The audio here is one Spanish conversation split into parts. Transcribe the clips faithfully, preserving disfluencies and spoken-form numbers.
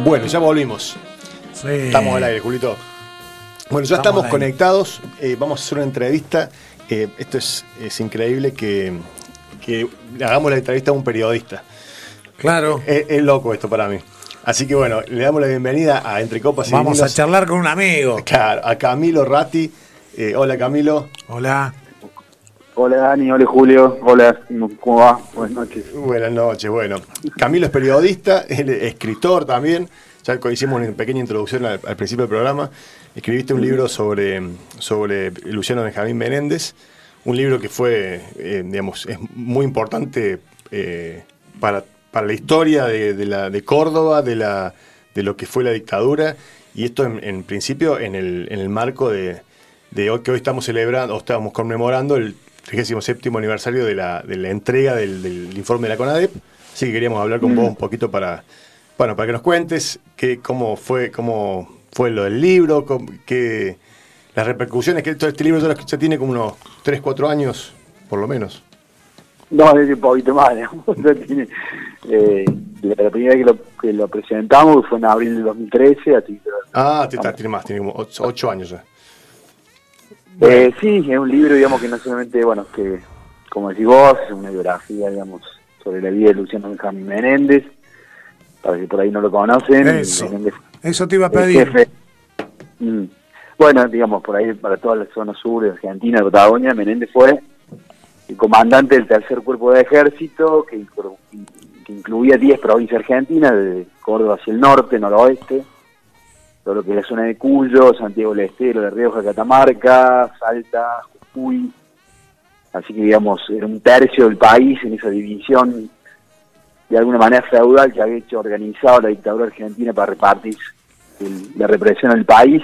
Bueno, ya volvimos. Sí. Estamos al aire, Julito. Bueno, ya estamos, estamos conectados. Eh, vamos a hacer una entrevista. Eh, esto es, es increíble que, que hagamos la entrevista a un periodista. Claro. Es, es loco esto para mí. Así que bueno, le damos la bienvenida a Entre Copas y Vamos Vinilos. a charlar con un amigo. Claro, a Camilo Ratti. Eh, hola, Camilo. Hola. Hola, Dani. Hola, Julio. Hola, ¿cómo va? Buenas noches. Buenas noches. Bueno, Camilo es periodista, es escritor también. Ya hicimos una pequeña introducción al, al principio del programa. Escribiste un libro sobre, sobre Luciano Benjamín Menéndez. Un libro que fue, eh, digamos, es muy importante eh, para, para la historia de, de, la, de Córdoba, de, la, de lo que fue la dictadura. Y esto, en, en principio, en el, en el marco de, de hoy, que hoy estamos celebrando, o estamos conmemorando el trigésimo séptimo aniversario de la, de la entrega del, del informe de la CONADEP. Así que queríamos hablar con mm. vos un poquito para, bueno, para que nos cuentes qué, cómo fue, cómo fue lo del libro, cómo, qué, las repercusiones, que todo este libro ya, ya tiene como unos tres, cuatro años, por lo menos. No, es un poquito más, ¿no? tiene, eh, la primera vez que lo, que lo presentamos fue en abril del dos mil trece. Así que, ah, tiene, tiene más, tiene como ocho, ocho años ya. Bueno. Eh, sí, es un libro, digamos, que no solamente, bueno, que, como decís vos, es una biografía, digamos, sobre la vida de Luciano Benjamín Menéndez, para que por ahí no lo conocen. Eso, Menéndez, eso te iba a pedir. Jefe, mm, bueno, digamos, por ahí, para toda la zona sur de Argentina, de Patagonia, Menéndez fue el comandante del tercer cuerpo de ejército, que, que incluía diez provincias argentinas, de Córdoba hacia el norte, noroeste, todo lo que es la zona de Cuyo, Santiago del Estero, de Rioja, Catamarca, Salta, Jujuy. Así que, digamos, era un tercio del país en esa división, de alguna manera feudal, que había hecho organizado la dictadura argentina para repartir el, la represión del país.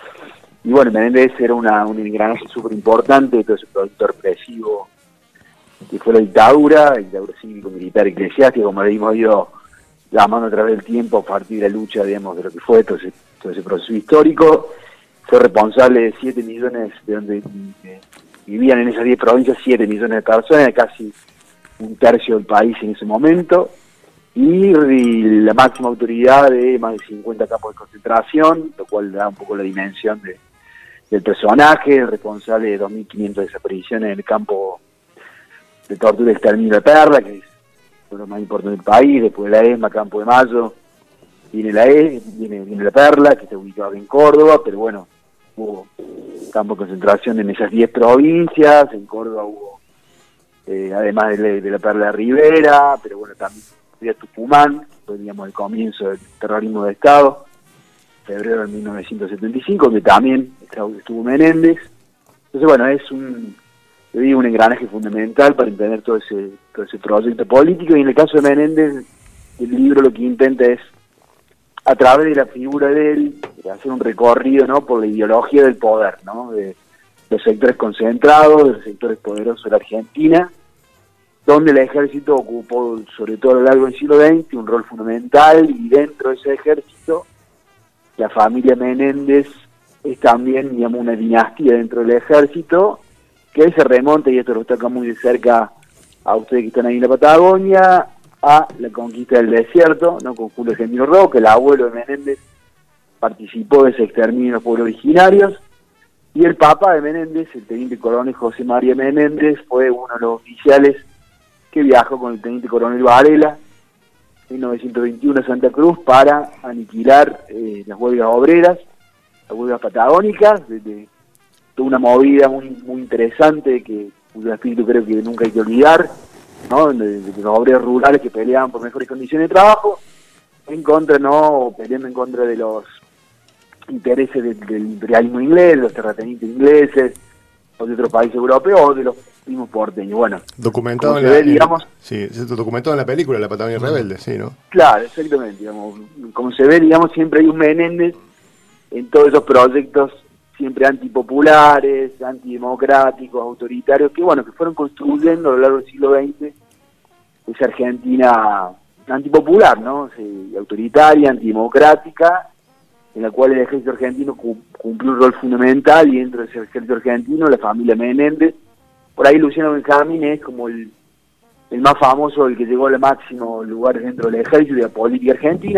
Y bueno, Menéndez era una, un engranaje súper importante de todo ese producto represivo que fue la dictadura, la dictadura cívico-militar eclesiástica, como le hemos ido llamando a través del tiempo a partir de la lucha, digamos, de lo que fue todo ese, todo ese proceso histórico. Fue responsable de siete millones, de donde de, vivían en esas diez provincias siete millones de personas, casi un tercio del país en ese momento, y, y la máxima autoridad de más de cincuenta campos de concentración, lo cual da un poco la dimensión de, del personaje, responsable de dos mil quinientas desapariciones en el campo de tortura y exterminio de Perla, que es lo más importante del país. Después de la ESMA, Campo de Mayo, viene la E, viene, viene la Perla, que está ubicada en Córdoba, pero bueno, hubo campo de concentración en esas diez provincias. En Córdoba hubo, eh, además de, de la Perla de Rivera, pero bueno, también había Tucumán, fue, digamos, el comienzo del terrorismo de Estado, febrero de mil novecientos setenta y cinco, que también estuvo Menéndez. Entonces, bueno, es un, yo digo, un engranaje fundamental para entender todo ese, todo ese proyecto político. Y en el caso de Menéndez, el libro lo que intenta es, a través de la figura de él, hacer un recorrido, ¿no?, por la ideología del poder, ¿no?, de los sectores concentrados, de los sectores poderosos de la Argentina, donde el ejército ocupó, sobre todo a lo largo del siglo veinte, un rol fundamental. Y dentro de ese ejército, la familia Menéndez es también, digamos, una dinastía dentro del ejército, que se remonta, y esto lo toca muy de cerca a ustedes que están ahí en la Patagonia, a la conquista del desierto, ¿no?, con Julio Argentino Roca. El abuelo de Menéndez participó de ese exterminio de los pueblos originarios, y el papá de Menéndez, el teniente coronel José María Menéndez, fue uno de los oficiales que viajó con el teniente coronel Varela en mil novecientos veintiuno a Santa Cruz para aniquilar eh, las huelgas obreras, las huelgas patagónicas, de, de, de una movida muy muy interesante, que un espíritu creo que nunca hay que olvidar, ¿no?, de, de los obreros rurales que peleaban por mejores condiciones de trabajo, en contra, no, peleando en contra de los intereses de, del imperialismo inglés, de los terratenientes ingleses, o de otros países europeos, o de los mismos porteños. Bueno, documentado en la, ve, digamos, en, sí, documentado en la película La Patagonia Rebelde, sí, ¿no? Claro, exactamente, digamos, como se ve, digamos, siempre hay un Menéndez en todos esos proyectos, siempre antipopulares, antidemocráticos, autoritarios, que bueno, que fueron construyendo a lo largo del siglo veinte esa Argentina antipopular, ¿no?, sí, autoritaria, antidemocrática, en la cual el ejército argentino cumplió un rol fundamental. Y dentro de ese ejército argentino, la familia Menéndez, por ahí Luciano Benjamín es como el, el más famoso, el que llegó al máximo lugar dentro del ejército y de la política argentina. Él es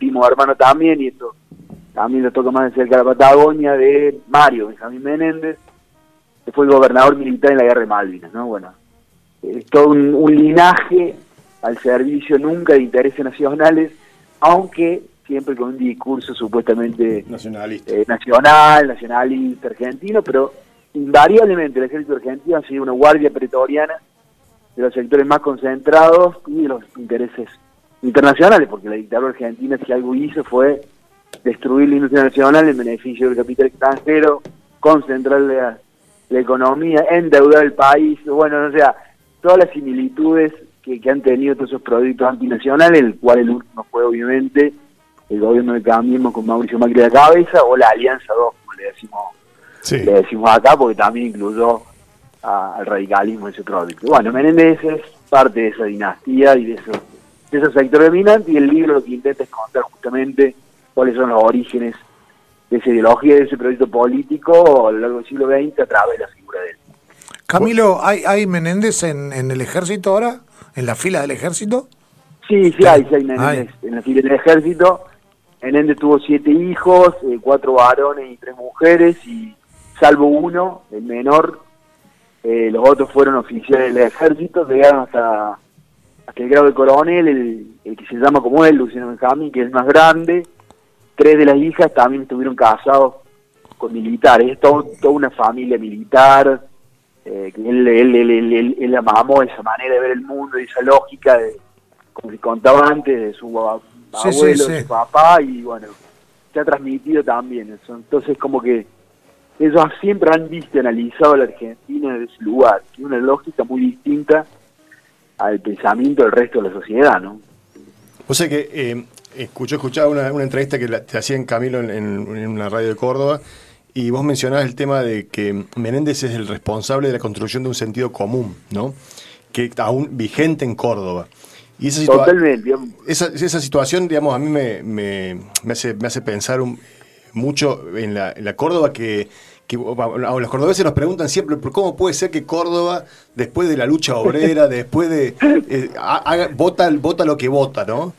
primo hermano también, y esto también lo toca más de cerca la Patagonia, de Mario Benjamín Menéndez, que fue el gobernador militar en la Guerra de Malvinas, ¿no? Bueno, es todo un, un linaje al servicio nunca de intereses nacionales, aunque siempre con un discurso supuestamente nacionalista, eh, nacional, nacionalista, argentino, pero invariablemente el ejército argentino ha sido una guardia pretoriana de los sectores más concentrados y de los intereses internacionales, porque la dictadura argentina, si algo hizo, fue destruir la industria nacional en beneficio del capital extranjero, concentrar la, la economía, endeudar el país, bueno, o sea, todas las similitudes que, que han tenido todos esos proyectos antinacionales, el cual el último fue obviamente el gobierno de Cambiemos con Mauricio Macri a la cabeza, o la Alianza dos, como le decimos, sí. le decimos acá, porque también incluyó a, al radicalismo en ese proyecto. Bueno, Menéndez es parte de esa dinastía y de, eso, de ese sector dominante, y el libro lo que intenta es contar justamente cuáles son los orígenes de esa ideología, de ese proyecto político a lo largo del siglo veinte a través de la figura de él. Camilo, ¿hay, hay Menéndez en, en el ejército ahora? ¿En la fila del ejército? Sí, sí hay, sí hay Menéndez Ay. en la fila del ejército. Menéndez tuvo siete hijos, eh, cuatro varones y tres mujeres, y salvo uno, el menor, eh, los otros fueron oficiales del ejército, llegaron hasta, hasta el grado de coronel, el, el que se llama como él, Luciano Benjamín, que es el más grande. Tres de las hijas también estuvieron casados con militares, es todo, toda una familia militar, eh, que él, él, él, él, él, él amamó esa manera de ver el mundo y esa lógica, de, como les contaba antes, de su Sí, abuelo, sí, sí. su papá, y bueno, se ha transmitido también eso. Entonces, como que ellos siempre han visto y analizado a la Argentina desde ese lugar, que es una lógica muy distinta al pensamiento del resto de la sociedad, ¿no? O sea que eh, escucho, escuchaba una, una entrevista que la, te hacían Camilo en, en, en una radio de Córdoba, y vos mencionabas el tema de que Menéndez es el responsable de la construcción de un sentido común, ¿no? Que aún vigente en Córdoba. Y esa, situa Totalmente. esa, esa situación, digamos, a mí me, me, me, hace, me hace pensar un, mucho en la, en la Córdoba que, que a los cordobeses nos preguntan siempre, ¿pero cómo puede ser que Córdoba, después de la lucha obrera, después de... Eh, haga, vota, vota lo que vota, ¿no?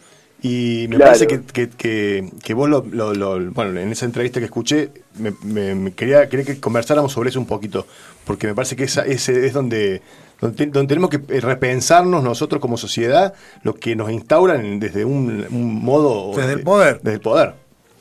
Y me Claro. parece que, que, que, que vos, lo, lo, lo, bueno, en esa entrevista que escuché, me, me, me quería, quería que conversáramos sobre eso un poquito, porque me parece que esa, ese es donde... Donde, donde tenemos que repensarnos nosotros como sociedad lo que nos instauran desde un, un modo... Desde el poder. Desde el poder.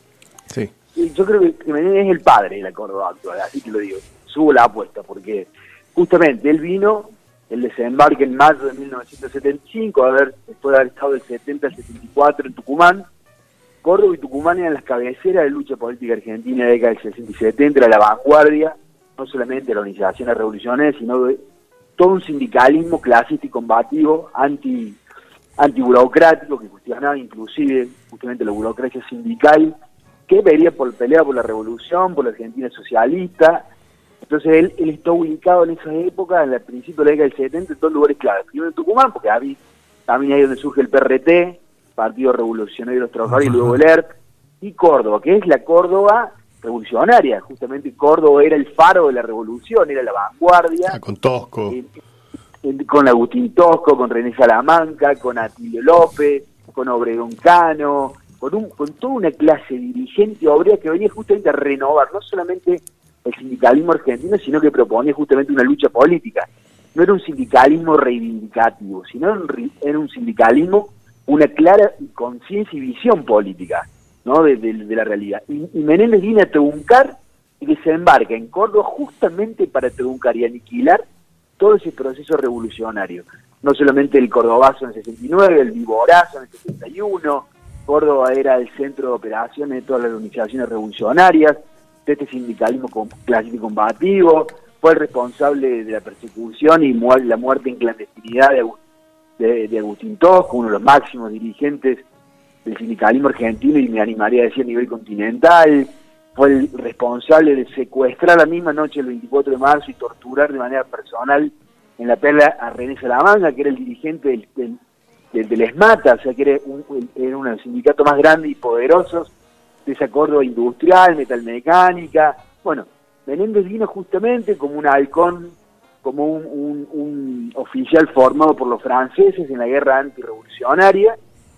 Sí. Y yo creo que Menéndez es el padre de la Córdoba actual, así que lo digo, subo la apuesta, porque justamente él vino, el desembarque en mayo de mil novecientos setenta y cinco, a ver, después de haber estado del setenta al setenta y cuatro en Tucumán. Córdoba y Tucumán eran las cabeceras de lucha política argentina de la década del sesenta y setenta, era la vanguardia, no solamente de la organización revolucionaria, sino de todo un sindicalismo clasista y combativo, anti antiburocrático, que cuestionaba inclusive justamente la burocracia sindical, que veía por pelea por la revolución, por la Argentina socialista. Entonces él, él está ubicado en esa época, en el principio de la década del setenta, en dos lugares claves. Primero en Tucumán, porque ahí, también ahí donde surge el P R T, Partido Revolucionario de los Trabajadores, y luego el E R P, y Córdoba, que es la Córdoba revolucionaria. Justamente Córdoba era el faro de la revolución, era la vanguardia. Ah, con Tosco. Eh, eh, con Agustín Tosco, con René Salamanca, con Atilio López, con Obregón Cano, con, un, con toda una clase dirigente obrera que venía justamente a renovar no solamente el sindicalismo argentino, sino que proponía justamente una lucha política. No era un sindicalismo reivindicativo, sino era un, era un sindicalismo, una clara conciencia y visión política, ¿no? de, de, de la realidad. Y, y Menéndez viene a truncar y que se embarca en Córdoba justamente para truncar y aniquilar todo ese proceso revolucionario. No solamente el cordobazo en el sesenta y nueve, el viborazo en el sesenta y uno, Córdoba era el centro de operaciones de todas las organizaciones revolucionarias, de este sindicalismo clásico y combativo, fue el responsable de la persecución y mu la muerte en clandestinidad de, de, de Agustín Tosco, uno de los máximos dirigentes del sindicalismo argentino y me animaría a decir a nivel continental. Fue el responsable de secuestrar la misma noche del veinticuatro de marzo y torturar de manera personal en la perla a René Salamanca, que era el dirigente del, del, del, del ESMATA, o sea que era un, era un sindicato más grande y poderoso de esa Córdoba industrial, metalmecánica. Bueno, Menéndez vino justamente como un halcón, como un, un, un oficial formado por los franceses en la guerra antirrevolucionaria,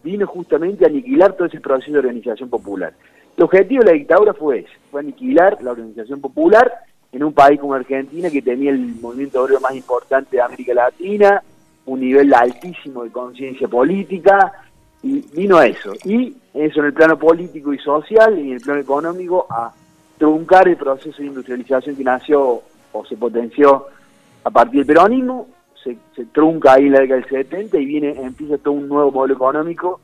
vino justamente a aniquilar todo ese proceso de organización popular. El objetivo de la dictadura fue ese, fue aniquilar la organización popular en un país como Argentina, que tenía el movimiento obrero más importante de América Latina, un nivel altísimo de conciencia política, y vino a eso. Y eso en el plano político y social, y en el plano económico, a truncar el proceso de industrialización que nació o se potenció a partir del peronismo, se, se trunca ahí en la década del setenta y viene empieza todo un nuevo modelo económico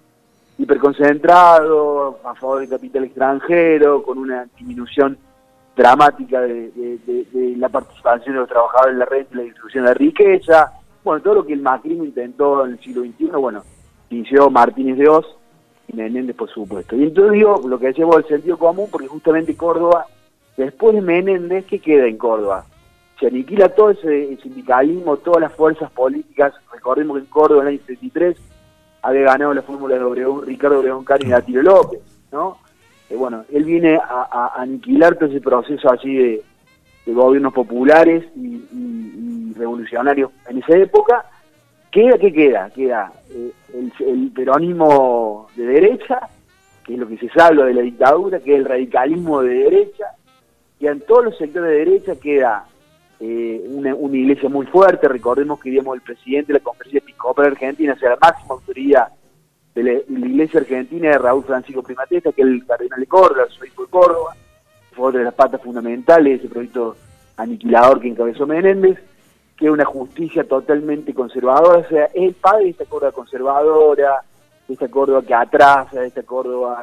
hiperconcentrado, a favor del capital extranjero, con una disminución dramática de, de, de, de la participación de los trabajadores en la renta y la distribución de la riqueza. Bueno, todo lo que el macrismo intentó en el siglo veintiuno, bueno, inició Martínez de Oz y Menéndez, por supuesto. Y entonces digo, lo que decíamos del sentido común, porque justamente Córdoba, después de Menéndez, ¿qué queda en Córdoba? Se aniquila todo ese sindicalismo, todas las fuerzas políticas. Recordemos que en Córdoba en el año setenta y tres había ganado la fórmula de Obregón, Ricardo Obregón Cari y Atilio López, ¿no? Eh, bueno, él viene a, a aniquilar todo ese proceso así de, de gobiernos populares y, y, y revolucionarios en esa época. ¿Queda qué queda? Queda eh, el, el peronismo de derecha, que es lo que se salva de la dictadura, que es el radicalismo de derecha, y en todos los sectores de derecha queda eh, una, una iglesia muy fuerte. Recordemos que digamos, el presidente de la Conferencia Episcopal Argentina, o sea, la máxima autoridad de la, de la iglesia argentina es Raúl Francisco Primatesta, que es el cardenal de Córdoba, el obispo de Córdoba, fue otra de las patas fundamentales de ese proyecto aniquilador que encabezó Menéndez, que es una justicia totalmente conservadora, o sea, es el padre de esta Córdoba conservadora, de esta Córdoba que atrasa, de esta Córdoba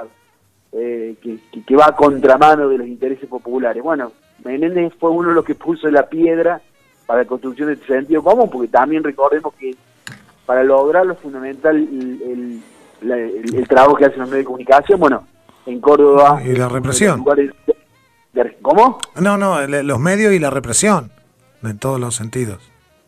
eh, que, que, que va a contramano de los intereses populares. Bueno, Menéndez fue uno de los que puso la piedra para la construcción de este sentido común, porque también recordemos que para lograrlo es fundamental el, el, la, el, el trabajo que hacen los medios de comunicación. Bueno, en Córdoba... Y la represión. De, de, ¿Cómo? No, no, los medios y la represión, en todos los sentidos.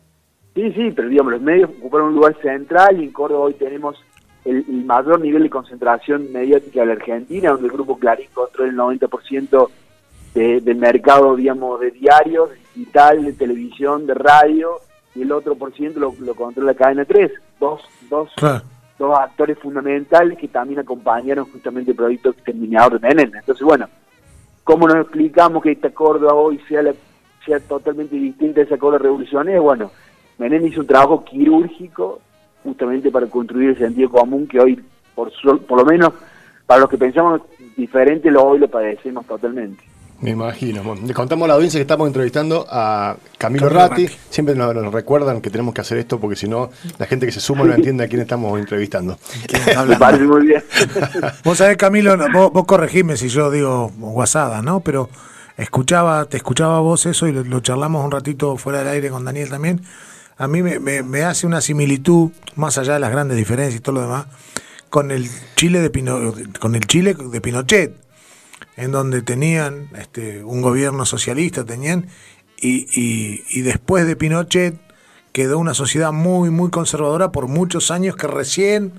Sí, sí, pero digamos, los medios ocuparon un lugar central y en Córdoba hoy tenemos el, el mayor nivel de concentración mediática de la Argentina, donde el Grupo Clarín controla el noventa por ciento de, del mercado, digamos, de diarios, digital, de televisión, de radio, y el otro por ciento lo, lo controla la cadena tres, dos, dos, claro. dos actores fundamentales que también acompañaron justamente el proyecto exterminador de Menéndez. Entonces, bueno, ¿cómo nos explicamos que esta Córdoba hoy sea, la, sea totalmente distinta a esa Córdoba revolucionaria? Bueno, Menéndez hizo un trabajo quirúrgico justamente para construir el sentido común que hoy, por, por lo menos para los que pensamos diferente, lo hoy lo padecemos totalmente. Me imagino. Bueno, le contamos a la audiencia que estamos entrevistando a Camilo, Camilo Ratti. Ratti. Siempre nos, nos recuerdan que tenemos que hacer esto porque si no, la gente que se suma no entiende a quién estamos entrevistando. Me parece muy bien. Vos sabés, Camilo, vos, vos corregime si yo digo guasada, ¿no? Pero escuchaba, te escuchaba vos eso y lo, lo charlamos un ratito fuera del aire con Daniel también. A mí me, me, me hace una similitud, más allá de las grandes diferencias y todo lo demás, con el Chile de Pino, con el Chile de Pinochet, en donde tenían este, un gobierno socialista, tenían, y, y, y después de Pinochet quedó una sociedad muy, muy conservadora por muchos años, que recién,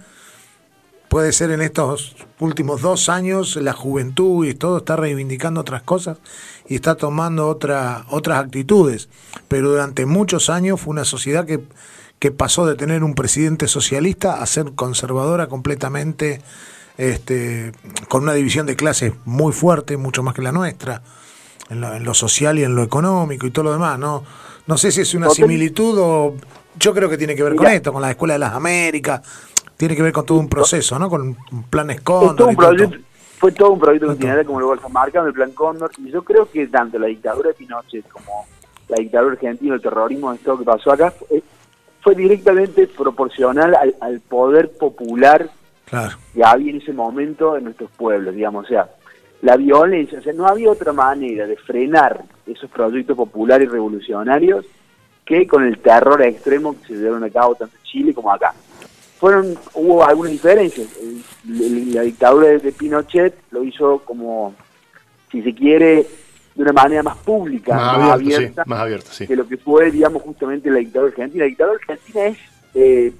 puede ser en estos últimos dos años, la juventud y todo está reivindicando otras cosas y está tomando otra, otras actitudes, pero durante muchos años fue una sociedad que, que pasó de tener un presidente socialista a ser conservadora completamente, Este, con una división de clases muy fuerte, mucho más que la nuestra, en lo, en lo social y en lo económico y todo lo demás. No, no sé si es una similitud o yo creo que tiene que ver Mira, con esto, con la Escuela de las Américas, tiene que ver con todo un proceso, ¿no? Con un plan Cóndor. Un proyecto, fue todo un proyecto continuado como lo marca el plan Cóndor, y yo creo que tanto la dictadura de Pinochet como la dictadura argentina, el terrorismo, todo lo que pasó acá, fue, fue directamente proporcional al, al poder popular. Claro. Que había en ese momento en nuestros pueblos, digamos, o sea, la violencia, o sea, no había otra manera de frenar esos proyectos populares y revolucionarios que con el terror extremo que se llevaron a cabo tanto en Chile como acá. Fueron, hubo algunas diferencias. El, el, la dictadura de, de Pinochet lo hizo como, si se quiere, de una manera más pública, más, más abierto, abierta, sí, más abierto, sí. que lo que fue, digamos, justamente la dictadura argentina. La dictadura argentina es... Eh,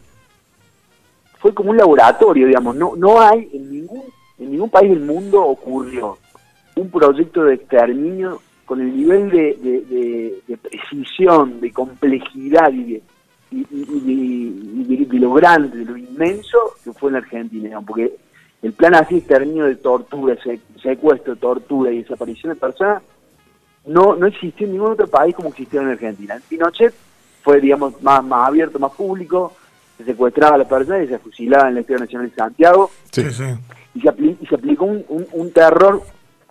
fue como un laboratorio, digamos, no no hay en ningún en ningún país del mundo ocurrió un proyecto de exterminio con el nivel de, de, de, de precisión, de complejidad y de, y, y, y de, de lo grande, de lo inmenso que fue en la Argentina, ¿no? Porque el plan así exterminio de tortura, secuestro, tortura y desaparición de personas no no existió en ningún otro país como existió en Argentina. En Pinochet fue, digamos, más, más abierto, más público, se secuestraba a las personas y se fusilaba en la Estadio Nacional de Santiago. Sí, sí. Y se, apli y se aplicó un, un, un terror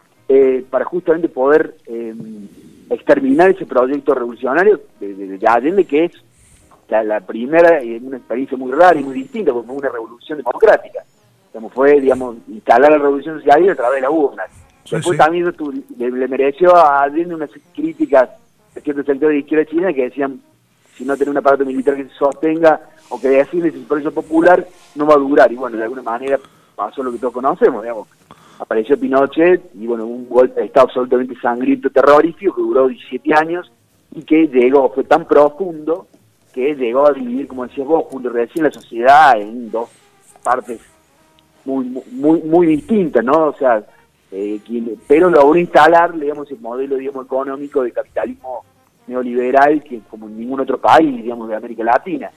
eh, para justamente poder eh, exterminar ese proyecto revolucionario de, de, de Allende, que es la, la primera, y una experiencia muy rara y muy distinta, porque fue una revolución democrática. Como fue, digamos, instalar la revolución social a través de las urnas. Sí, Después sí. también tu, le, le mereció a Allende unas críticas de ciertos sectores de izquierda chilena que decían, si no tiene un aparato militar que se sostenga o que defiende ese proceso popular, no va a durar. Y bueno, de alguna manera pasó lo que todos conocemos, digamos. Apareció Pinochet y bueno, un golpe de Estado absolutamente sangriento, terrorífico, que duró diecisiete años y que llegó, fue tan profundo que llegó a dividir, como decías vos, junto recién la sociedad en dos partes muy muy muy distintas, ¿no? O sea, eh, quien, pero logró instalar, digamos, el modelo, digamos, económico de capitalismo neoliberal que como en ningún otro país, digamos, de América Latina.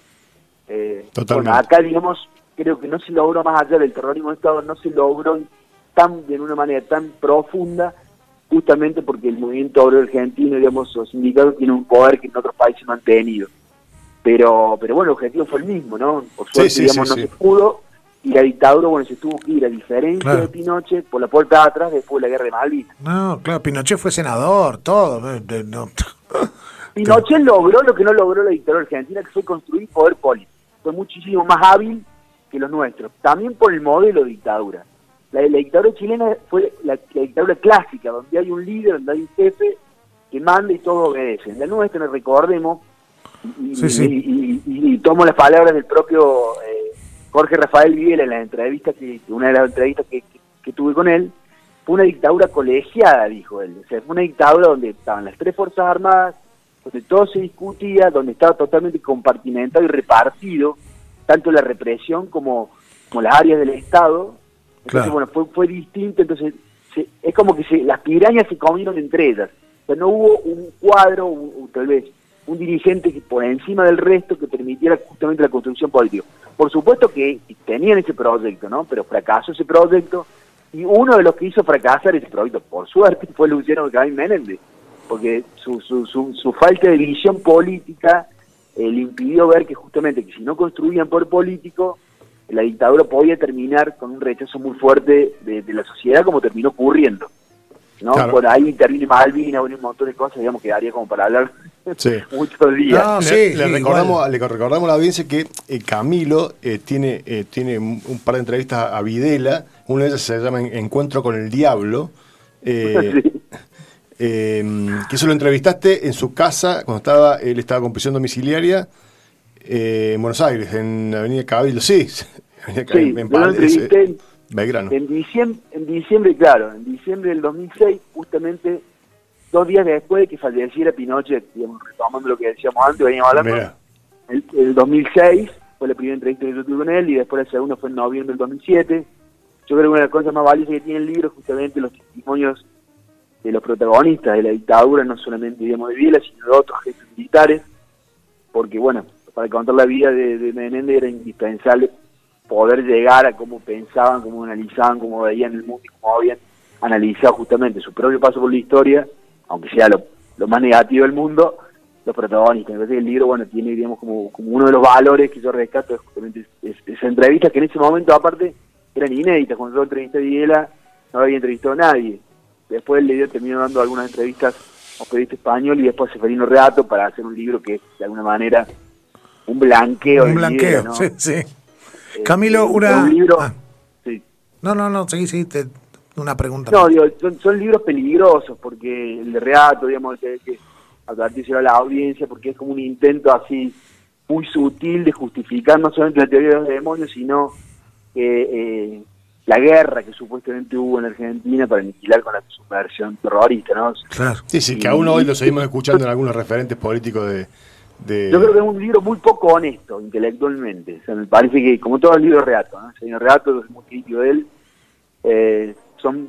Eh, Totalmente. Bueno, acá, digamos, creo que no se logró, más allá del terrorismo de Estado, no se logró tan de una manera tan profunda, justamente porque el movimiento obrero argentino, digamos, los sindicatos tienen un poder que en otros países no han tenido. Pero, pero bueno, el objetivo fue el mismo, ¿no? Por suerte, Sí, sí, digamos, sí, no sí. se pudo, y la dictadura, bueno, se tuvo que ir, a diferencia Claro. de Pinochet, por la puerta de atrás después de la guerra de Malvinas. No, claro, Pinochet fue senador, todo. eh, eh, no. Pinochet logró lo que no logró la dictadura argentina, que fue construir poder político. Fue muchísimo más hábil que los nuestros, también por el modelo de dictadura. La, la dictadura chilena fue la, la dictadura clásica, donde hay un líder, donde hay un jefe que manda y todos obedecen. La nuestra, nos recordemos, y, Sí, y, sí. y, y, y tomo las palabras del propio eh, Jorge Rafael Videla en la entrevista que, una de las entrevistas que, que, que tuve con él, fue una dictadura colegiada, dijo él. O sea, fue una dictadura donde estaban las tres Fuerzas Armadas, donde todo se discutía, donde estaba totalmente compartimentado y repartido, tanto la represión como, como las áreas del Estado. Entonces, Claro. bueno, fue, fue distinto, entonces se, es como que se, las pirañas se comieron entre ellas. O sea, no hubo un cuadro, un, un, tal vez, un dirigente que por encima del resto que permitiera justamente la construcción política. Por supuesto que tenían ese proyecto, ¿no? Pero fracasó ese proyecto, y uno de los que hizo fracasar ese proyecto, por suerte, fue Luciano Benjamín Menéndez, porque su, su, su, su falta de visión política eh, le impidió ver que justamente que si no construían poder político, la dictadura podía terminar con un rechazo muy fuerte de, de la sociedad, como terminó ocurriendo, ¿no? Claro. Por ahí interviene Malvinas, un montón de cosas, digamos, que daría como para hablar Sí. muchos días. No, Le, sí, le sí, recordamos, igual. le recordamos a la audiencia que eh, Camilo eh, tiene, eh, tiene un, un par de entrevistas a Videla, una de ellas se llama Encuentro con el Diablo, eh, Sí. eh, que eso lo entrevistaste en su casa cuando estaba él estaba con prisión domiciliaria eh, en Buenos Aires, en Avenida Cabildo, sí, Avenida Sí, Cabildo, en yo lo Pal- entrevisté ese- Belgrano. En diciembre, en diciembre, claro, en diciembre del dos mil seis, justamente dos días después de que falleciera Pinochet, digamos, retomando lo que decíamos antes, veníamos hablando, Mira, el, el dos mil seis fue la primera entrevista que yo tuve con él, y después la segunda fue en noviembre del dos mil siete. Yo creo que una de las cosas más valiosas que tiene el libro es justamente los testimonios de los protagonistas de la dictadura, no solamente, digamos, de Videla, sino de otros jefes militares, porque, bueno, para contar la vida de, de Menéndez era indispensable poder llegar a cómo pensaban, cómo analizaban, cómo veían el mundo y cómo habían analizado justamente su propio paso por la historia, aunque sea lo, lo más negativo del mundo, los protagonistas. Me parece que el libro, bueno, tiene, digamos, como, como uno de los valores que yo rescato, es justamente es, es, esa entrevista, que en ese momento, aparte, eran inéditas. Cuando yo entrevisté a Videla, no había entrevistado a nadie. Después le dio, terminó dando algunas entrevistas a un periodista español, y después a Seferino Reato, para hacer un libro que es, de alguna manera, un blanqueo. Un del blanqueo, Videla, ¿no? sí, sí. Eh, Camilo, eh, una... un libro, ah, sí. no, no, no, seguí, seguí, te- una pregunta. No, digo, son, son libros peligrosos, porque el de Reato, digamos, que, que advertirse a la audiencia, porque es como un intento así muy sutil de justificar no solamente la teoría de los demonios, sino que eh, la guerra que supuestamente hubo en Argentina para aniquilar con la subversión terrorista, ¿no? Claro. sí, sí, que Y- aún hoy lo y- seguimos escuchando en algunos referentes políticos de... de Yo creo que es un libro muy poco honesto intelectualmente. O sea, me parece que, como todos los libros de Reato, ¿no? El señor Reato es muy crítico de él, eh, son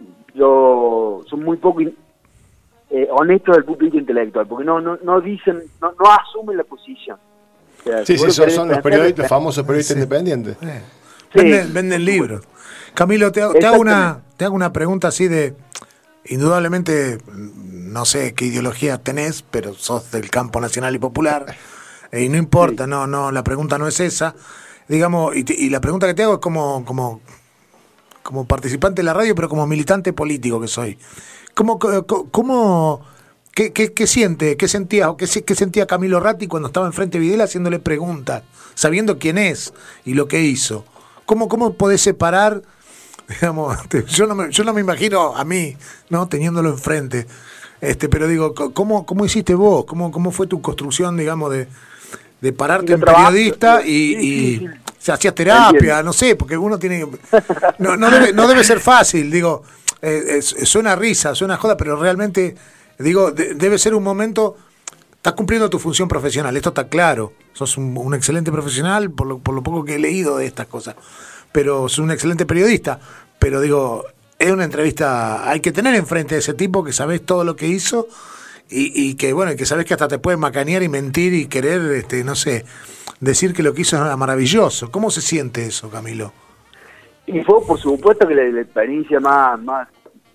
yo son muy poco in- eh, honestos desde el punto de vista intelectual, porque no no no dicen, no, no asumen la posición. O sea, Sí, si sí, vos son, querés son los pensar, periodistas, los famosos periodistas Sí. independientes. Eh, Sí. Venden, venden libros. Camilo, te, hago- te hago una, Exactamente. te hago una pregunta así de, indudablemente, no sé qué ideología tenés, pero sos del campo nacional y popular, eh, y no importa, Sí. no, no, la pregunta no es esa. Digamos, y, te- y la pregunta que te hago es como, como, como participante de la radio, pero como militante político que soy. ¿Cómo, co- co- cómo, qué, qué, qué siente, qué sentía, o qué, se- qué sentía Camilo Ratti cuando estaba enfrente de Videla haciéndole preguntas, sabiendo quién es y lo que hizo? ¿Cómo, cómo podés separar, digamos, te- yo no me, yo no me imagino a mí, ¿no? Teniéndolo enfrente. Este, pero digo, co- ¿cómo, cómo hiciste vos? ¿Cómo, cómo fue tu construcción, digamos, de, de Y pararte lo en trabajo, periodista y, sí, sí, y sí. se hacías Te entiendo. terapia, no sé, porque uno tiene no, no debe, no debe ser fácil, digo, eh, es- suena risa, suena joda, pero realmente, digo, de- debe ser un momento, estás cumpliendo tu función profesional, esto está claro, sos un, un excelente profesional, por lo, por lo poco que he leído de estas cosas, pero sos un excelente periodista, pero digo, es una entrevista, hay que tener enfrente a ese tipo que sabés todo lo que hizo y, y que, bueno, y que sabés que hasta te puede macanear y mentir y querer, este, no sé, decir que lo que hizo era maravilloso. ¿Cómo se siente eso, Camilo? Y fue, por supuesto, que la, la experiencia más, más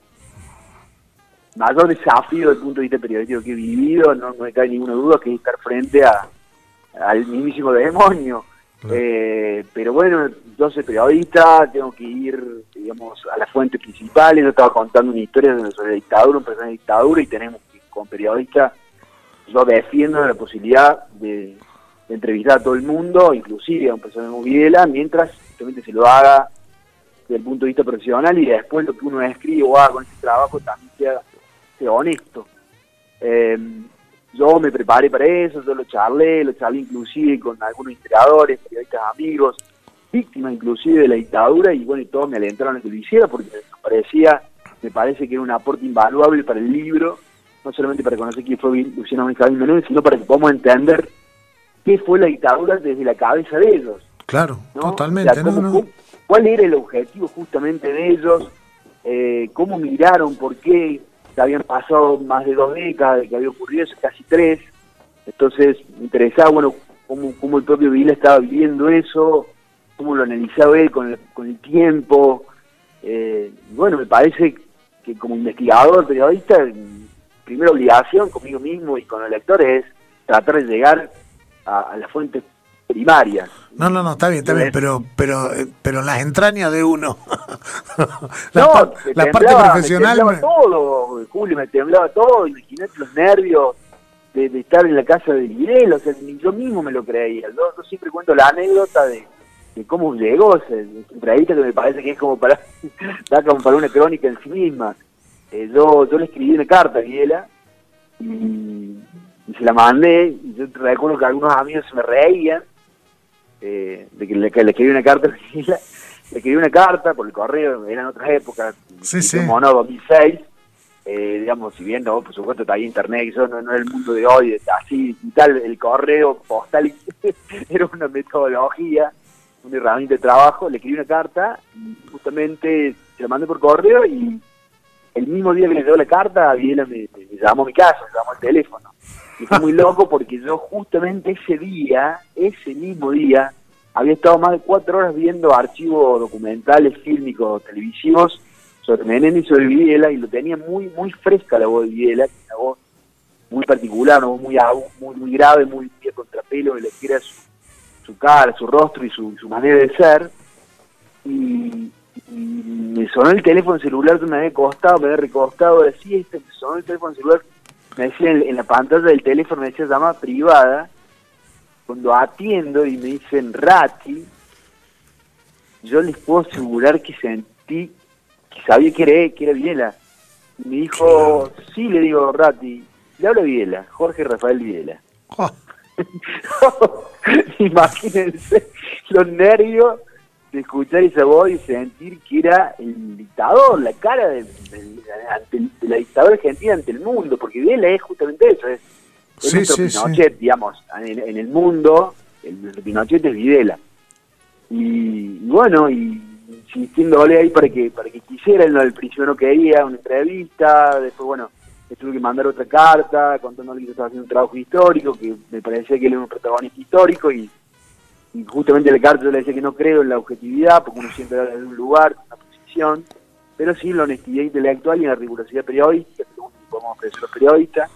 mayor desafío desde el punto de vista periodístico que he vivido, no, no me cabe ninguna duda, que es estar frente a al mismísimo demonio. Claro. Eh, pero bueno, yo soy periodista, tengo que ir, digamos, a las fuentes principales. Yo estaba contando una historia sobre la dictadura, un personaje de dictadura, y tenemos que, como periodista, yo defiendo la posibilidad de, de entrevistar a todo el mundo, inclusive a un personaje como Videla, mientras justamente se lo haga desde el punto de vista profesional y después lo que uno escribe o haga con ese trabajo también sea, sea honesto. Eh, yo me preparé para eso, yo lo charlé, lo charlé inclusive con algunos historiadores, periodistas amigos, víctimas inclusive de la dictadura, y bueno, y todos me alentaron a que lo hiciera porque me parecía, me parece que era un aporte invaluable para el libro, no solamente para conocer quién fue Luciano Benjamín Menéndez, sino para que podamos entender qué fue la dictadura desde la cabeza de ellos. Claro, ¿no? totalmente. O sea, cómo, ¿no? cómo, ¿cuál era el objetivo justamente de ellos? Eh, ¿Cómo miraron? ¿Por qué? Que habían pasado más de dos décadas de que había ocurrido eso, casi tres. Entonces me interesaba, bueno, cómo, cómo el propio Videla estaba viviendo eso, cómo lo analizaba él con el, con el tiempo. Eh, bueno, me parece que como investigador, periodista, mi primera obligación conmigo mismo y con los lectores es tratar de llegar a, a las fuentes primarias. No, no, no, está bien, está bien, pero pero eh, pero en las entrañas de uno. la no, par- me la temblaba, parte profesional. me temblaba me- todo, Julio, me temblaba todo. Imagínate los nervios de, de estar en la casa de Videla, o sea, ni yo mismo me lo creía. Yo, yo siempre cuento la anécdota de, de cómo llegó esa entrevista, que me parece que es como para, da como para una crónica en sí misma. Eh, yo, yo le escribí una carta a Videla y, y se la mandé, y yo recuerdo que algunos amigos se me reían eh, de que le, que le escribí una carta a Videla. Le escribí una carta por el correo, eran otras épocas, Sí, sí. como no, dos mil seis, eh, digamos, si bien no, por supuesto está ahí internet, y eso no, no es el mundo de hoy, de, así y tal, el correo postal era una metodología, una herramienta de trabajo. Le escribí una carta, y justamente se la mandé por correo, y el mismo día que le llegó la carta, Videla me, me, me llamó a mi casa, me llamó al teléfono, y fue muy loco porque yo justamente ese día, ese mismo día, había estado más de cuatro horas viendo archivos documentales, fílmicos, televisivos sobre Menéndez y sobre Videla, y lo tenía muy muy fresca la voz de Videla, una voz muy particular, una voz muy, muy, muy grave, muy, muy a contrapelo de lo que era su, su cara, su rostro y su, su manera de ser. Y, y me sonó el teléfono celular que me había costado, me había recostado de siesta, me sonó el teléfono celular, me decía en, en la pantalla del teléfono, me decía llamada privada. Cuando atiendo y me dicen Ratti, yo les puedo asegurar que sentí, que sabía que era, que era Videla. Y me dijo, sí, le digo, Ratti, le habla Videla, Jorge Rafael Videla. Oh, Imagínense los nervios de escuchar esa voz y sentir que era el dictador, la cara de, de, de, de la dictadura argentina ante el mundo, porque Videla es justamente eso, es Es sí, nuestro sí, Pinochet, sí. digamos, en, en el mundo, el, nuestro Pinochet es Videla. Y, y bueno, y insistiéndole ahí para que para que quisiera, él al principio no quería una entrevista, después bueno, le tuve que mandar otra carta contándole que estaba haciendo un trabajo histórico, que me parecía que él era un protagonista histórico, y, y justamente en la carta yo le decía que no creo en la objetividad, porque uno siempre habla de un lugar, de una posición, pero sí en la honestidad intelectual y en la rigurosidad periodística, que es lo que podemos ofrecer los periodistas.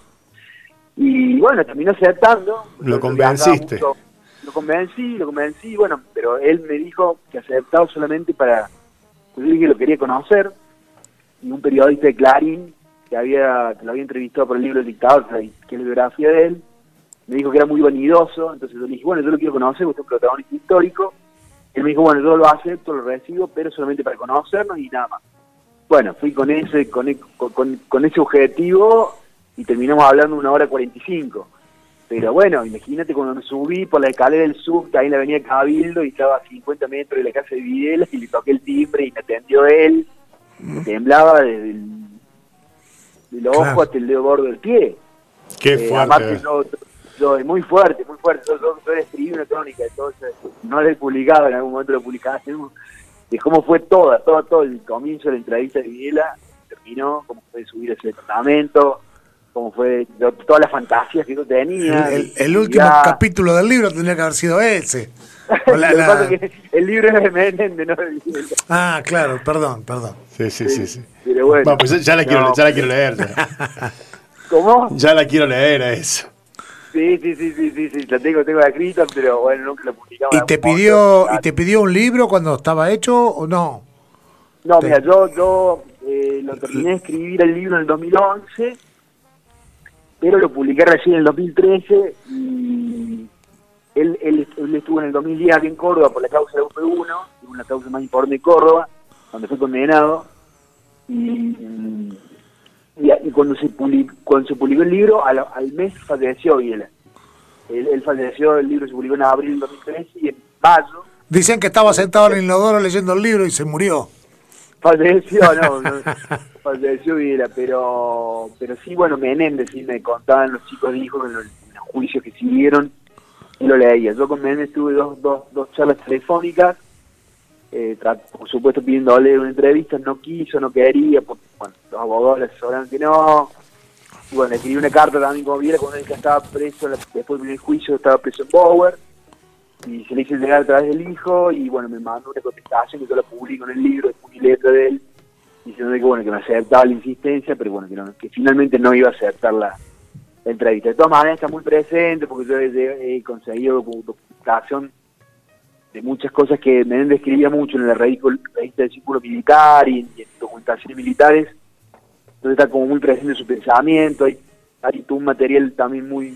Y bueno, terminó aceptando. Lo convenciste. Mucho, lo convencí, lo convencí, bueno, pero él me dijo que aceptaba solamente para... Pues yo dije que lo quería conocer, y un periodista de Clarín, que había que lo había entrevistado por el libro El Dictador, que es la biografía de él, me dijo que era muy vanidoso, entonces yo le dije, bueno, yo lo quiero conocer, usted es un protagonista histórico. Él me dijo, bueno, yo lo acepto, lo recibo, pero solamente para conocernos y nada más. Bueno, fui con ese con, con, con ese objetivo y terminamos hablando una hora cuarenta y cinco. Pero bueno, imagínate cuando me subí por la escalera del subte, ahí en la avenida Cabildo, y estaba a cincuenta metros de la casa de Videla, y le toqué el timbre y me atendió él. Me temblaba desde el, del ojo claro. hasta el dedo gordo del pie. Qué eh, fuerte. Aparte yo, yo, es muy fuerte, muy fuerte. Yo, yo, yo escribí una crónica, entonces no la he publicado, en algún momento la publicamos, de cómo fue toda, todo, todo el comienzo de la entrevista de Videla, terminó, cómo fue subir ese departamento, cómo fue yo, todas las fantasías que yo tenía. El, el, el último ya... capítulo del libro tendría que haber sido ese. La, la... que el libro es de Menéndez, no de Videla. Ah, claro, perdón, perdón. Sí, sí, sí. sí. Pero bueno. Bueno, pues ya la quiero, no, ya la quiero leer. Ya. ¿Cómo? Ya la quiero leer a eso. Sí, sí, sí, sí, sí, sí, la tengo, tengo escrita, pero bueno, nunca la publicaba. ¿Y te pidió y te pidió un libro cuando estaba hecho o no? No, te... mira, yo, yo eh, lo terminé de escribir el libro en el dos mil once, pero lo publiqué recién en el dos mil trece, y él, él, él estuvo en el dos mil diez aquí en Córdoba por la causa de la U P uno, una causa más importante de Córdoba, donde fue condenado, y... Y, y cuando se publicó, cuando se publicó el libro, al, al mes falleció Videla. Él, él falleció, el libro se publicó en abril del dos mil trece, y en mayo... Dicen que estaba sentado en el inodoro leyendo el libro y se murió. Falleció, no, no falleció Videla, pero pero sí, bueno, Menéndez, sí, me contaban los chicos de hijos en los, en los juicios que siguieron, y lo leía. Yo con Menéndez tuve dos, dos, dos charlas telefónicas, Eh, por supuesto pidiéndole una entrevista, no quiso, no quería, porque bueno, los abogados le asesoraron que no. Y bueno, le escribí una carta también como Videla cuando él ya estaba preso, después del primer juicio estaba preso en Bower, y se le hizo llegar a través del hijo, y bueno, me mandó una contestación que yo la publico en el libro, de puño y letra de él, diciendo que bueno, que me aceptaba la insistencia, pero bueno, que, no, que finalmente no iba a aceptar la, la entrevista. De todas maneras está muy presente, porque yo he, he conseguido documentación de muchas cosas que Menéndez escribía mucho en la revista del Círculo Militar y en, y en documentaciones militares, entonces está como muy presente en su pensamiento. Hay, hay un material también muy,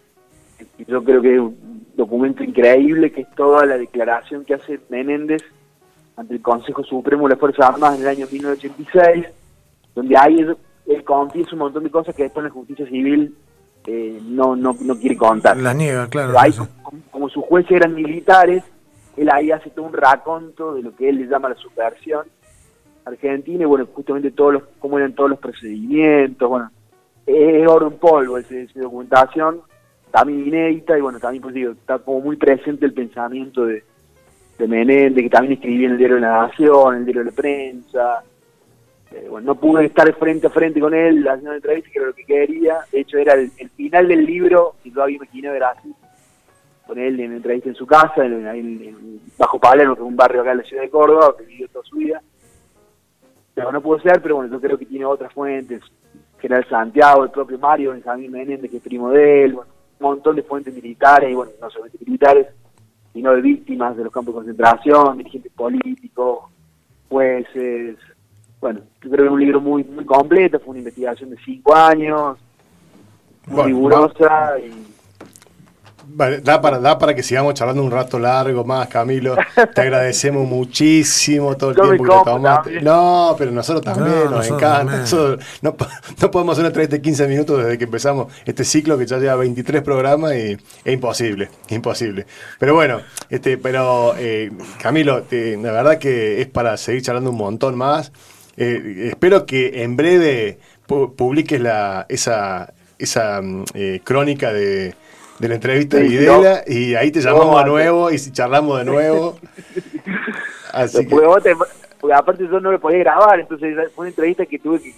yo creo que es un documento increíble, que es toda la declaración que hace Menéndez ante el Consejo Supremo de las Fuerzas Armadas en el año mil novecientos ochenta y seis, donde ahí él, él confiesa un montón de cosas que después la justicia civil eh, no, no, no quiere contar. La niega, claro. Pero ahí, como, como sus jueces eran militares, él ahí hace todo un raconto de lo que él le llama la subversión argentina, y bueno, justamente todos los, cómo eran todos los procedimientos, bueno, es oro en polvo esa documentación, también inédita, y bueno, también pues digo, está como muy presente el pensamiento de, de Menéndez, que también escribía en el diario de la Nación, en el diario de la Prensa. Eh, bueno, no pude estar frente a frente con él haciendo una entrevista, que era lo que quería. De hecho, era el, el final del libro, que yo había imaginado era así, con él en entrevista en su casa, en, en, en Bajo Palermo, que es un barrio acá en la ciudad de Córdoba, que vivió toda su vida. Pero no pudo ser, pero bueno, yo creo que tiene otras fuentes, General Santiago, el propio Mario Benjamín Menéndez, que es primo de él, bueno, un montón de fuentes militares, y bueno, no solamente militares, sino de víctimas de los campos de concentración, dirigentes políticos, jueces. Bueno, yo creo que es un libro muy muy completo, fue una investigación de cinco años, muy bueno, rigurosa, va. y... Vale, da para, da para que sigamos charlando un rato largo más, Camilo. Te agradecemos muchísimo todo el Yo tiempo que te tomaste. También. No, pero nosotros también, no, nos nosotros encanta. también. Nosotros, no, no podemos hacer una entrevista de quince minutos desde que empezamos este ciclo que ya lleva veintitrés programas y es imposible, imposible. Pero bueno, este, pero eh, Camilo, te, la verdad que es para seguir charlando un montón más. Eh, espero que en breve pu- publiques la, esa, esa eh, crónica de... de la entrevista de Videla, no, y ahí te llamamos no, de nuevo y charlamos de nuevo. Así porque, que... vos te, porque aparte yo no lo podía grabar, entonces fue una entrevista que tuve que como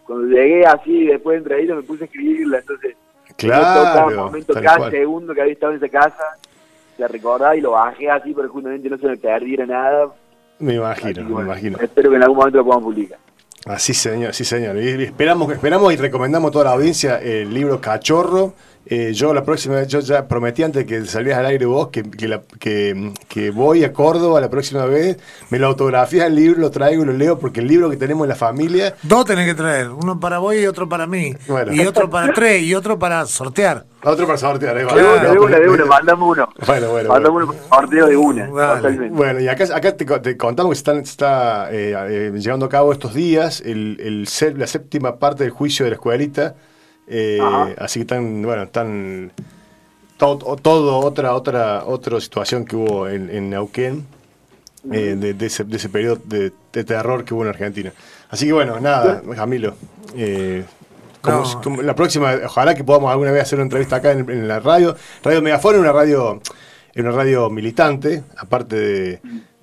cuando llegué así, después de entrevista me puse a escribirla, entonces... Claro. Un momento, cada cual. segundo que había estado en esa casa, la recordaba y lo bajé así, pero justamente no se me perdiera nada. Me imagino, que, bueno, me imagino. Espero que en algún momento lo podamos publicar. Así señor, sí señor. Y esperamos, esperamos y recomendamos a toda la audiencia el libro Cachorro. Eh, yo la próxima vez, yo ya prometí antes que salieras al aire vos que, que, la, que, que voy a Córdoba la próxima vez, me lo autografías el libro, lo traigo y lo leo, porque el libro que tenemos en la familia... Dos tenés que traer, uno para vos y otro para mí, bueno. Y otro para tres y otro para sortear. Otro para sortear, ahí va. Claro, de una, de una, mandamos uno. Bueno, bueno. Mandamos bueno. uno, sorteo de una. Vale. Bueno, y acá, acá te, te contamos que se están, está eh, eh, llevando a cabo estos días el, el, la séptima parte del juicio de la escuelita. Eh, así que están, bueno, están todo, todo otra otra otra situación que hubo en, en Neuquén, eh, de, de, ese, de ese periodo de, de terror que hubo en Argentina. Así que bueno, nada, Camilo, eh, como, no. como la próxima, ojalá que podamos alguna vez hacer una entrevista acá en, en la radio. Radio Megafón es una radio, es una radio militante, aparte de,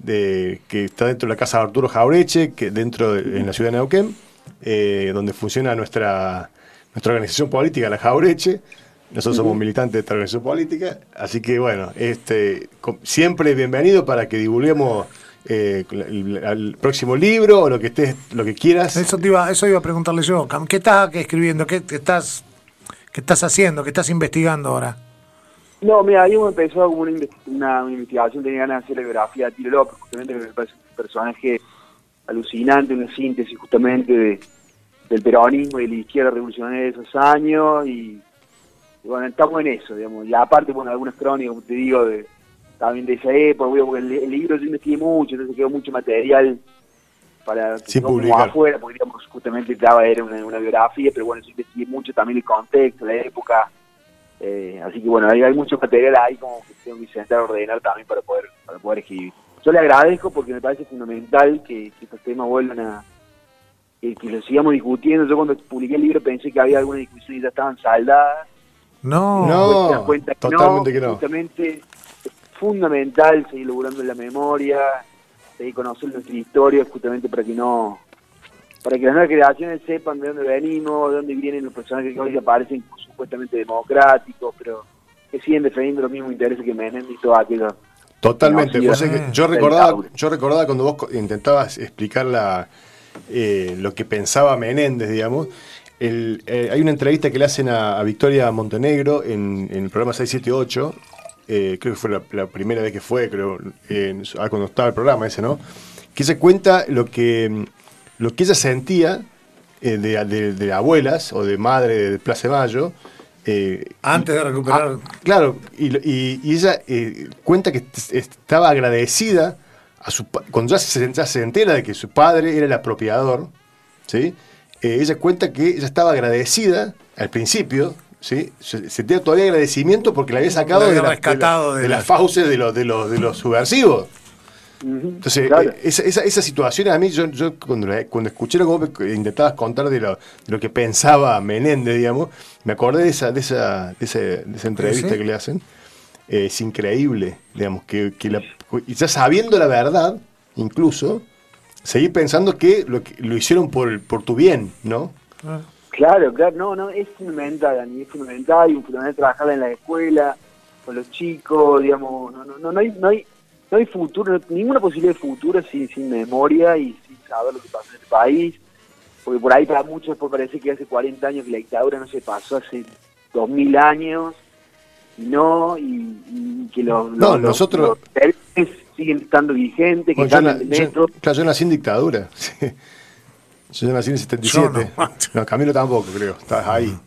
de que está dentro de la casa de Arturo Jaureche, que dentro de, en la ciudad de Neuquén, eh, donde funciona nuestra nuestra organización política, la Jaureche. Nosotros somos militantes de esta organización política, así que bueno, este siempre bienvenido para que divulguemos eh, el, el próximo libro o lo que estés, lo que quieras. Eso te iba, eso iba a preguntarle yo. ¿Qué estás escribiendo? ¿Qué, qué estás, qué estás haciendo? ¿Qué estás investigando ahora? No, mira, ahí me empezó como una, una, una investigación, tenía ganas de hacer la biografía de Tilo López, justamente que me parece un personaje alucinante, una síntesis justamente de del peronismo y de la izquierda revolucionaria de esos años, y, y bueno, estamos en eso, digamos, y aparte, bueno, algunas crónicas, como te digo, de, también de esa época, porque el, el libro yo investigué mucho, entonces quedó mucho material para sin no publicar afuera, porque digamos, justamente estaba, era una, una biografía, pero bueno, yo investigué mucho también el contexto, la época, eh, así que bueno, hay, hay mucho material ahí como que tengo que intentar ordenar también para poder, para poder escribir. Yo le agradezco porque me parece fundamental que, que estos temas vuelvan a que lo sigamos discutiendo. Yo cuando publiqué el libro pensé que había alguna discusión y ya estaban saldadas. No, no, cuenta que totalmente no, que no. Justamente es fundamental seguir logrando la memoria, seguir conociendo nuestra historia, justamente para que no, para que las nuevas generaciones sepan de dónde venimos, de dónde vienen los personajes que hoy aparecen supuestamente democráticos, pero que siguen defendiendo los mismos intereses que Menem y todo aquello. Totalmente. No, sí, que yo recordaba, yo recordaba cuando vos intentabas explicar la Eh, lo que pensaba Menéndez, digamos. El, eh, hay una entrevista que le hacen a, a Victoria Montenegro en, en el programa seis siete ocho, eh, creo que fue la, la primera vez que fue, creo, eh, cuando estaba el programa ese, ¿no? Que se cuenta lo que, lo que ella sentía eh, de, de, de abuelas o de madre de Plaza de Mayo. Eh, Antes de recuperar. Ah, claro, y, y, y ella eh, cuenta que estaba agradecida a su, cuando ya se, ya se entera de que su padre era el apropiador, ¿sí? Eh, ella cuenta que ella estaba agradecida al principio, ¿sí? Se sentía todavía agradecimiento porque la había sacado la había de, la, rescatado de, la, de, de la... las fauces de los, de los, de los subversivos. Entonces, claro. eh, esa, esa, esa situación a mí, yo, yo cuando, cuando escuché lo que vos intentabas contar de lo, de lo que pensaba Menéndez, digamos, me acordé de esa, de esa, de esa, de esa entrevista ¿sí? que le hacen. Eh, es increíble, digamos, que, que la, ya sabiendo la verdad, incluso, seguir pensando que lo, que, lo hicieron por, por tu bien, ¿no? Claro, claro, no, no, es fundamental, Dani, es fundamental, y fundamental trabajar en la escuela, con los chicos, digamos, no, no, no, no hay, no hay, no hay futuro, no, ninguna posibilidad de futuro sin, sin memoria y sin saber lo que pasó en este país, porque por ahí para muchos puede parecer que hace cuarenta años que la dictadura no se pasó, hace dos mil años, no, y, y que los, no, los, nosotros los siguen estando vigentes, que bueno, están en el metro. Yo, claro, yo nací en dictadura, sí. Yo nací en el setenta y siete. No. no, Camilo tampoco, creo, estás ahí.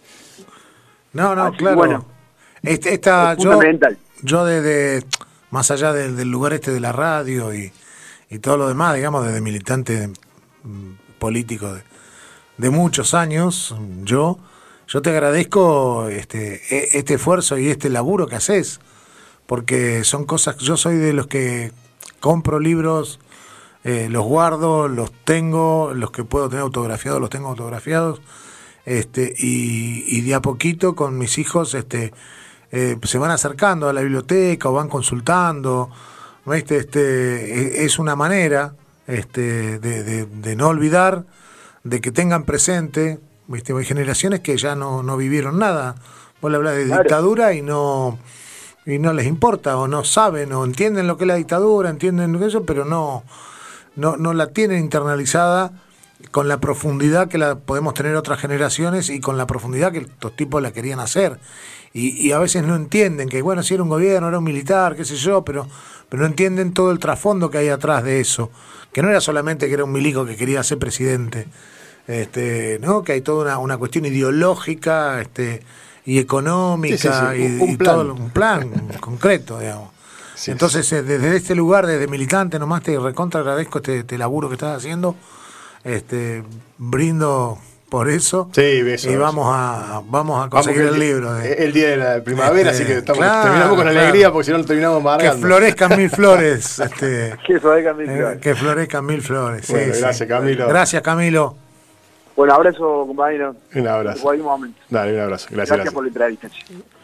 No, no, Así claro. Bueno, este, esta, es yo, fundamental. Yo desde, más allá del, del lugar este de la radio y, y todo lo demás, digamos, desde militante político de, de muchos años, yo... Yo te agradezco este, este esfuerzo y este laburo que haces, porque son cosas, yo soy de los que compro libros, eh, los guardo, los tengo, los que puedo tener autografiados, los tengo autografiados, este, y, y de a poquito con mis hijos este, eh, se van acercando a la biblioteca o van consultando, ¿viste? Este, es una manera este, de, de, de no olvidar, de que tengan presente, ¿viste? Hay generaciones que ya no, no vivieron nada. Vos le hablas de Claro. dictadura y no y no les importa, o no saben, o entienden lo que es la dictadura, entienden eso, pero no, no, no la tienen internalizada con la profundidad que la podemos tener otras generaciones y con la profundidad que estos tipos la querían hacer. Y, y a veces no entienden que, bueno, si era un gobierno, era un militar, qué sé yo, pero, pero no entienden todo el trasfondo que hay atrás de eso. Que no era solamente que era un milico que quería ser presidente, este, ¿no? Que hay toda una, una cuestión ideológica, este, y económica, Sí, sí, sí, y, un- un y plan. todo un plan concreto, digamos. Sí, Entonces, eh, desde este lugar, desde militante, nomás te recontra agradezco este, este laburo que estás haciendo. Este, brindo por eso. Sí, beso, y beso. vamos a vamos a Vamos conseguir que el di- libro. de- El día de la primavera, Este, así que estamos, claro, terminamos con claro. alegría porque si no lo terminamos que amargando. florezcan mil flores. Este, Que eso hay Camilo. eh, que florezcan mil flores. sí, Bueno, sí. gracias, Camilo. Gracias, Camilo. Bueno, abrazo, compañero. Un abrazo. En cualquier momento. Dale, un abrazo. Gracias, Gracias gracias. por la entrevista. che.